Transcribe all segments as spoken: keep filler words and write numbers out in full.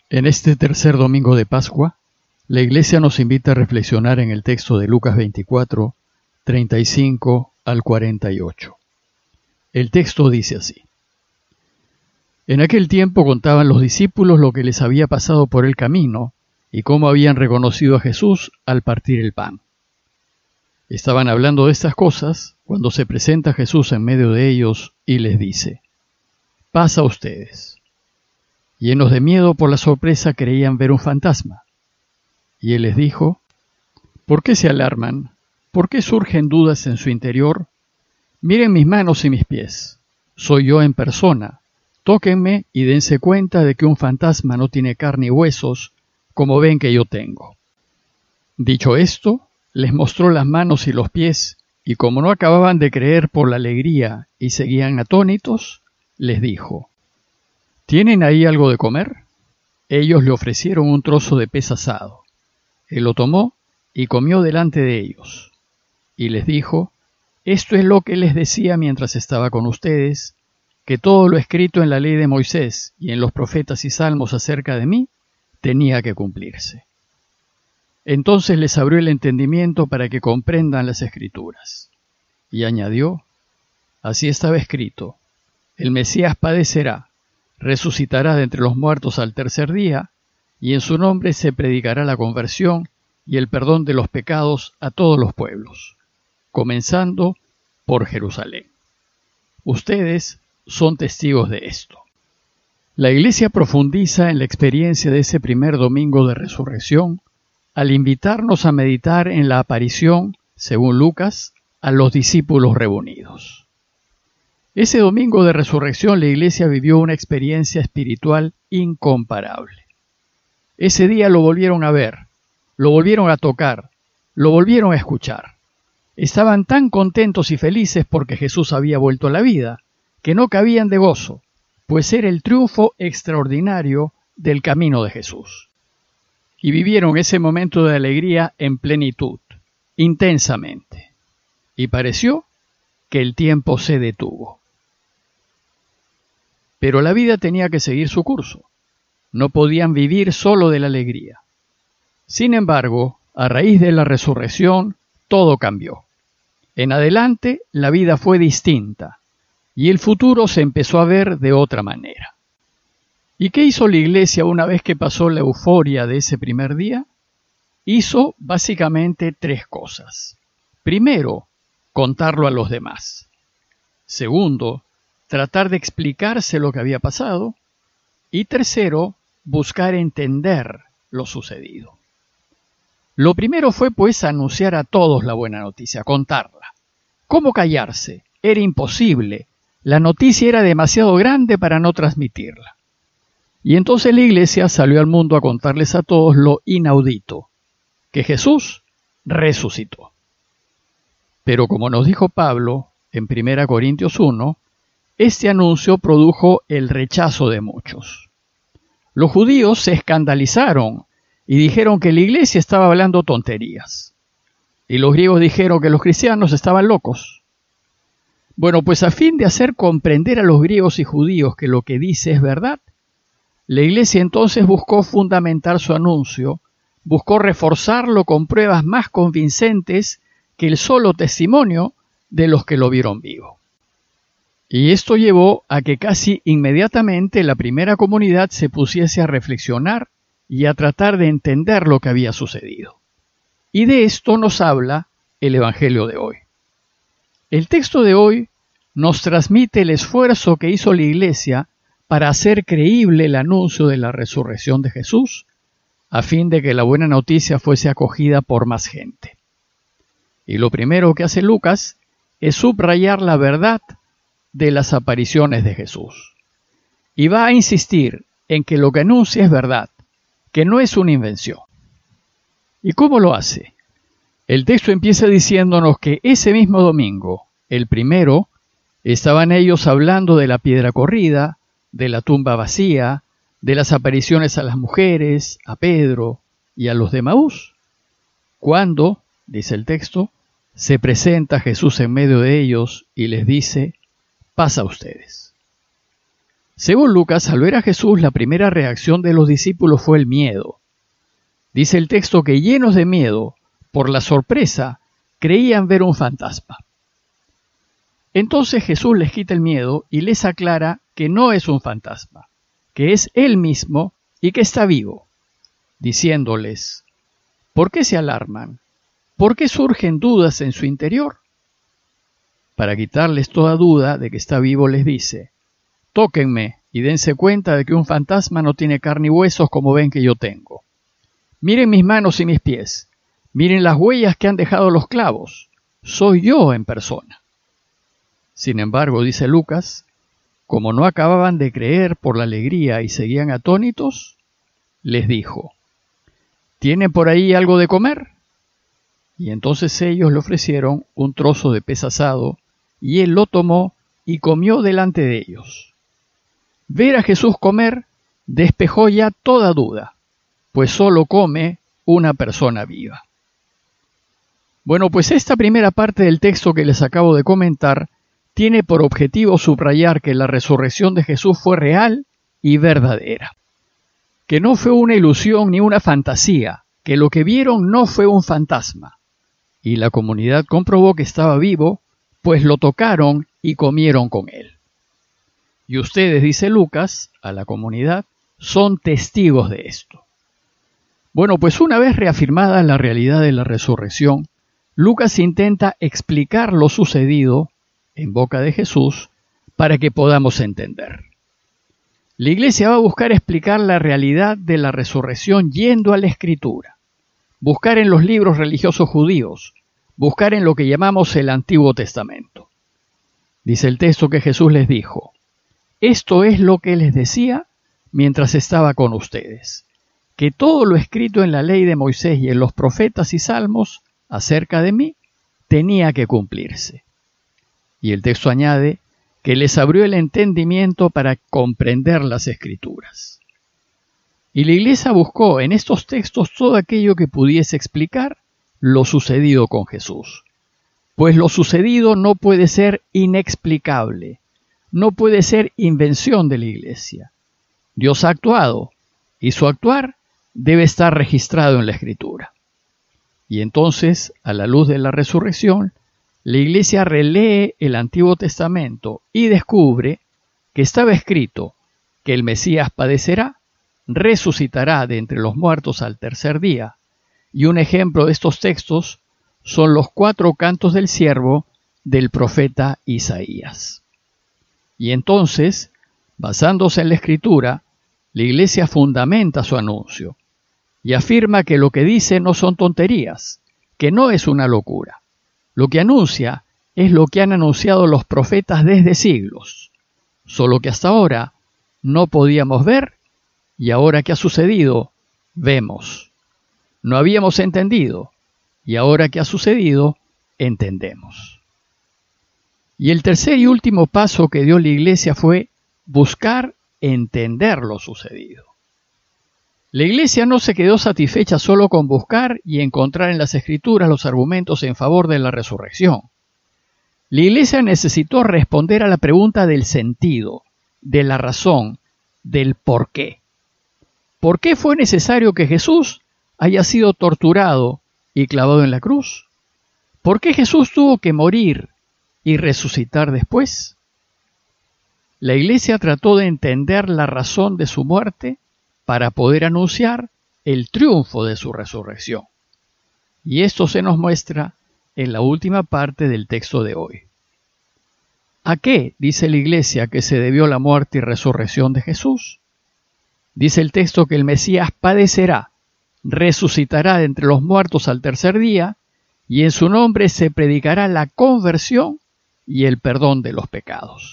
En este tercer domingo de Pascua, la Iglesia nos invita a reflexionar en el texto de Lucas veinticuatro, treinta y cinco al cuarenta y ocho. El texto dice así: En aquel tiempo contaban los discípulos lo que les había pasado por el camino y cómo habían reconocido a Jesús al partir el pan. Estaban hablando de estas cosas cuando se presenta Jesús en medio de ellos y les dice: «Paz a ustedes». Llenos de miedo por la sorpresa, creían ver un fantasma. Y él les dijo: «¿Por qué se alarman? ¿Por qué surgen dudas en su interior? Miren mis manos y mis pies. Soy yo en persona. Tóquenme y dense cuenta de que un fantasma no tiene carne y huesos, como ven que yo tengo». Dicho esto, les mostró las manos y los pies, y como no acababan de creer por la alegría y seguían atónitos, les dijo: «¿Tienen ahí algo de comer?». Ellos le ofrecieron un trozo de pez asado. Él lo tomó y comió delante de ellos. Y les dijo: «Esto es lo que les decía mientras estaba con ustedes, que todo lo escrito en la ley de Moisés y en los profetas y salmos acerca de mí tenía que cumplirse». Entonces les abrió el entendimiento para que comprendan las Escrituras. Y añadió: «Así estaba escrito: el Mesías padecerá, resucitará de entre los muertos al tercer día, y en su nombre se predicará la conversión y el perdón de los pecados a todos los pueblos, comenzando por Jerusalén. Ustedes son testigos de esto». La Iglesia profundiza en la experiencia de ese primer domingo de resurrección al invitarnos a meditar en la aparición, según Lucas, a los discípulos reunidos. Ese domingo de resurrección la Iglesia vivió una experiencia espiritual incomparable. Ese día lo volvieron a ver, lo volvieron a tocar, lo volvieron a escuchar. Estaban tan contentos y felices porque Jesús había vuelto a la vida, que no cabían de gozo, pues era el triunfo extraordinario del camino de Jesús. Y vivieron ese momento de alegría en plenitud, intensamente. Y pareció que el tiempo se detuvo. Pero la vida tenía que seguir su curso. No podían vivir solo de la alegría. Sin embargo, a raíz de la resurrección, todo cambió. En adelante, la vida fue distinta, y el futuro se empezó a ver de otra manera. ¿Y qué hizo la Iglesia una vez que pasó la euforia de ese primer día? Hizo básicamente tres cosas. Primero, contarlo a los demás. Segundo, tratar de explicarse lo que había pasado. Y tercero, buscar entender lo sucedido. Lo primero fue pues anunciar a todos la buena noticia, contarla. ¿Cómo callarse? Era imposible. La noticia era demasiado grande para no transmitirla. Y entonces la Iglesia salió al mundo a contarles a todos lo inaudito, que Jesús resucitó. Pero como nos dijo Pablo en primera Corintios uno, este anuncio produjo el rechazo de muchos. Los judíos se escandalizaron y dijeron que la Iglesia estaba hablando tonterías. Y los griegos dijeron que los cristianos estaban locos. Bueno, pues a fin de hacer comprender a los griegos y judíos que lo que dice es verdad, la Iglesia entonces buscó fundamentar su anuncio, buscó reforzarlo con pruebas más convincentes que el solo testimonio de los que lo vieron vivo. Y esto llevó a que casi inmediatamente la primera comunidad se pusiese a reflexionar y a tratar de entender lo que había sucedido. Y de esto nos habla el Evangelio de hoy. El texto de hoy nos transmite el esfuerzo que hizo la Iglesia para hacer creíble el anuncio de la resurrección de Jesús, a fin de que la buena noticia fuese acogida por más gente. Y lo primero que hace Lucas es subrayar la verdad de las apariciones de Jesús. Y va a insistir en que lo que anuncia es verdad, que no es una invención. ¿Y cómo lo hace? El texto empieza diciéndonos que ese mismo domingo, el primero, estaban ellos hablando de la piedra corrida, de la tumba vacía, de las apariciones a las mujeres, a Pedro y a los de Emaús, cuando, dice el texto, se presenta Jesús en medio de ellos y les dice: «Paz a ustedes». Según Lucas, al ver a Jesús, la primera reacción de los discípulos fue el miedo. Dice el texto que llenos de miedo, por la sorpresa, creían ver un fantasma. Entonces Jesús les quita el miedo y les aclara que no es un fantasma, que es Él mismo y que está vivo, diciéndoles: ¿por qué se alarman? ¿Por qué surgen dudas en su interior? Para quitarles toda duda de que está vivo, les dice: tóquenme y dense cuenta de que un fantasma no tiene carne y huesos como ven que yo tengo. Miren mis manos y mis pies, miren las huellas que han dejado los clavos, soy yo en persona. Sin embargo, dice Lucas, como no acababan de creer por la alegría y seguían atónitos, les dijo: ¿tienen por ahí algo de comer? Y entonces ellos le ofrecieron un trozo de pez asado, y él lo tomó y comió delante de ellos. Ver a Jesús comer despejó ya toda duda, pues solo come una persona viva. Bueno, pues esta primera parte del texto que les acabo de comentar tiene por objetivo subrayar que la resurrección de Jesús fue real y verdadera, que no fue una ilusión ni una fantasía, que lo que vieron no fue un fantasma, y la comunidad comprobó que estaba vivo, pues lo tocaron y comieron con él. Y ustedes, dice Lucas, a la comunidad, son testigos de esto. Bueno, pues una vez reafirmada la realidad de la resurrección, Lucas intenta explicar lo sucedido en boca de Jesús para que podamos entender. La Iglesia va a buscar explicar la realidad de la resurrección yendo a la Escritura, buscar en los libros religiosos judíos, buscar en lo que llamamos el Antiguo Testamento. Dice el texto que Jesús les dijo: esto es lo que les decía mientras estaba con ustedes, que todo lo escrito en la ley de Moisés y en los profetas y salmos acerca de mí tenía que cumplirse. Y el texto añade que les abrió el entendimiento para comprender las Escrituras. Y la Iglesia buscó en estos textos todo aquello que pudiese explicar lo sucedido con Jesús. Pues lo sucedido no puede ser inexplicable, no puede ser invención de la Iglesia. Dios ha actuado, y su actuar debe estar registrado en la Escritura. Y entonces, a la luz de la resurrección, la Iglesia relee el Antiguo Testamento y descubre que estaba escrito que el Mesías padecerá, resucitará de entre los muertos al tercer día, y un ejemplo de estos textos son los cuatro cantos del siervo del profeta Isaías. Y entonces, basándose en la Escritura, la Iglesia fundamenta su anuncio y afirma que lo que dice no son tonterías, que no es una locura. Lo que anuncia es lo que han anunciado los profetas desde siglos, solo que hasta ahora no podíamos ver y ahora que ha sucedido, vemos. No habíamos entendido y ahora que ha sucedido, entendemos. Y el tercer y último paso que dio la Iglesia fue buscar entender lo sucedido. La Iglesia no se quedó satisfecha solo con buscar y encontrar en las Escrituras los argumentos en favor de la resurrección. La Iglesia necesitó responder a la pregunta del sentido, de la razón, del por qué. ¿Por qué fue necesario que Jesús haya sido torturado y clavado en la cruz? ¿Por qué Jesús tuvo que morir y resucitar después? La Iglesia trató de entender la razón de su muerte para poder anunciar el triunfo de su resurrección. Y esto se nos muestra en la última parte del texto de hoy. ¿A qué dice la Iglesia que se debió la muerte y resurrección de Jesús? Dice el texto que el Mesías padecerá, resucitará de entre los muertos al tercer día, y en su nombre se predicará la conversión y el perdón de los pecados.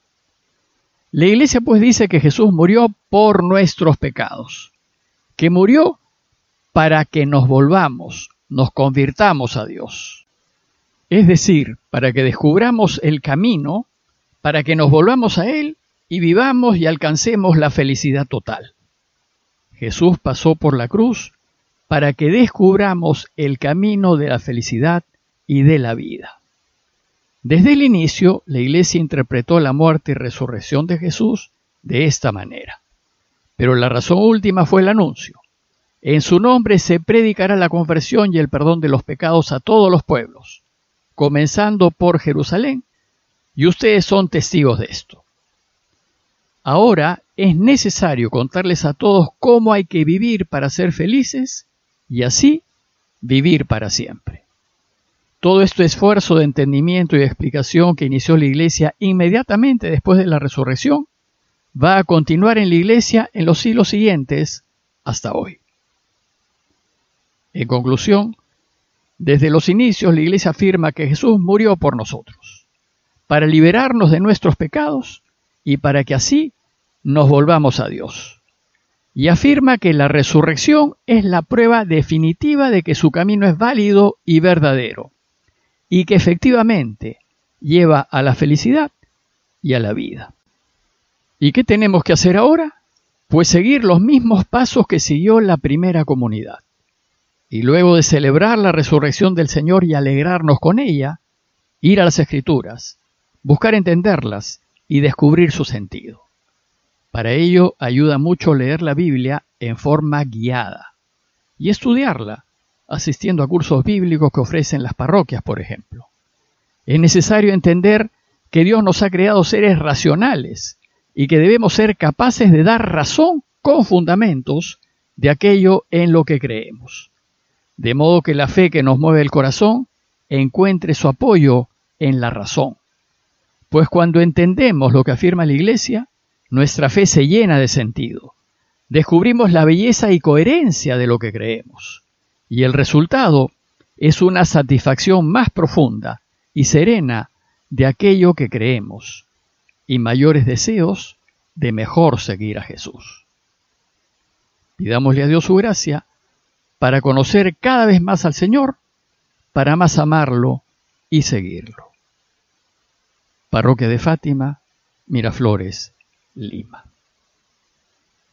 La Iglesia pues dice que Jesús murió por nuestros pecados, que murió para que nos volvamos, nos convirtamos a Dios. Es decir, para que descubramos el camino, para que nos volvamos a Él y vivamos y alcancemos la felicidad total. Jesús pasó por la cruz para que descubramos el camino de la felicidad y de la vida. Desde el inicio, la Iglesia interpretó la muerte y resurrección de Jesús de esta manera. Pero la razón última fue el anuncio. En su nombre se predicará la conversión y el perdón de los pecados a todos los pueblos, comenzando por Jerusalén, y ustedes son testigos de esto. Ahora es necesario contarles a todos cómo hay que vivir para ser felices y así vivir para siempre. Todo este esfuerzo de entendimiento y de explicación que inició la Iglesia inmediatamente después de la resurrección va a continuar en la Iglesia en los siglos siguientes hasta hoy. En conclusión, desde los inicios la Iglesia afirma que Jesús murió por nosotros, para liberarnos de nuestros pecados y para que así nos volvamos a Dios. Y afirma que la resurrección es la prueba definitiva de que su camino es válido y verdadero, y que efectivamente lleva a la felicidad y a la vida. ¿Y qué tenemos que hacer ahora? Pues seguir los mismos pasos que siguió la primera comunidad. Y luego de celebrar la resurrección del Señor y alegrarnos con ella, ir a las Escrituras, buscar entenderlas y descubrir su sentido. Para ello ayuda mucho leer la Biblia en forma guiada y estudiarla, asistiendo a cursos bíblicos que ofrecen las parroquias, por ejemplo. Es necesario entender que Dios nos ha creado seres racionales y que debemos ser capaces de dar razón con fundamentos de aquello en lo que creemos. De modo que la fe que nos mueve el corazón encuentre su apoyo en la razón. Pues cuando entendemos lo que afirma la Iglesia, nuestra fe se llena de sentido. Descubrimos la belleza y coherencia de lo que creemos. Y el resultado es una satisfacción más profunda y serena de aquello que creemos, y mayores deseos de mejor seguir a Jesús. Pidámosle a Dios su gracia para conocer cada vez más al Señor, para más amarlo y seguirlo. Parroquia de Fátima, Miraflores, Lima.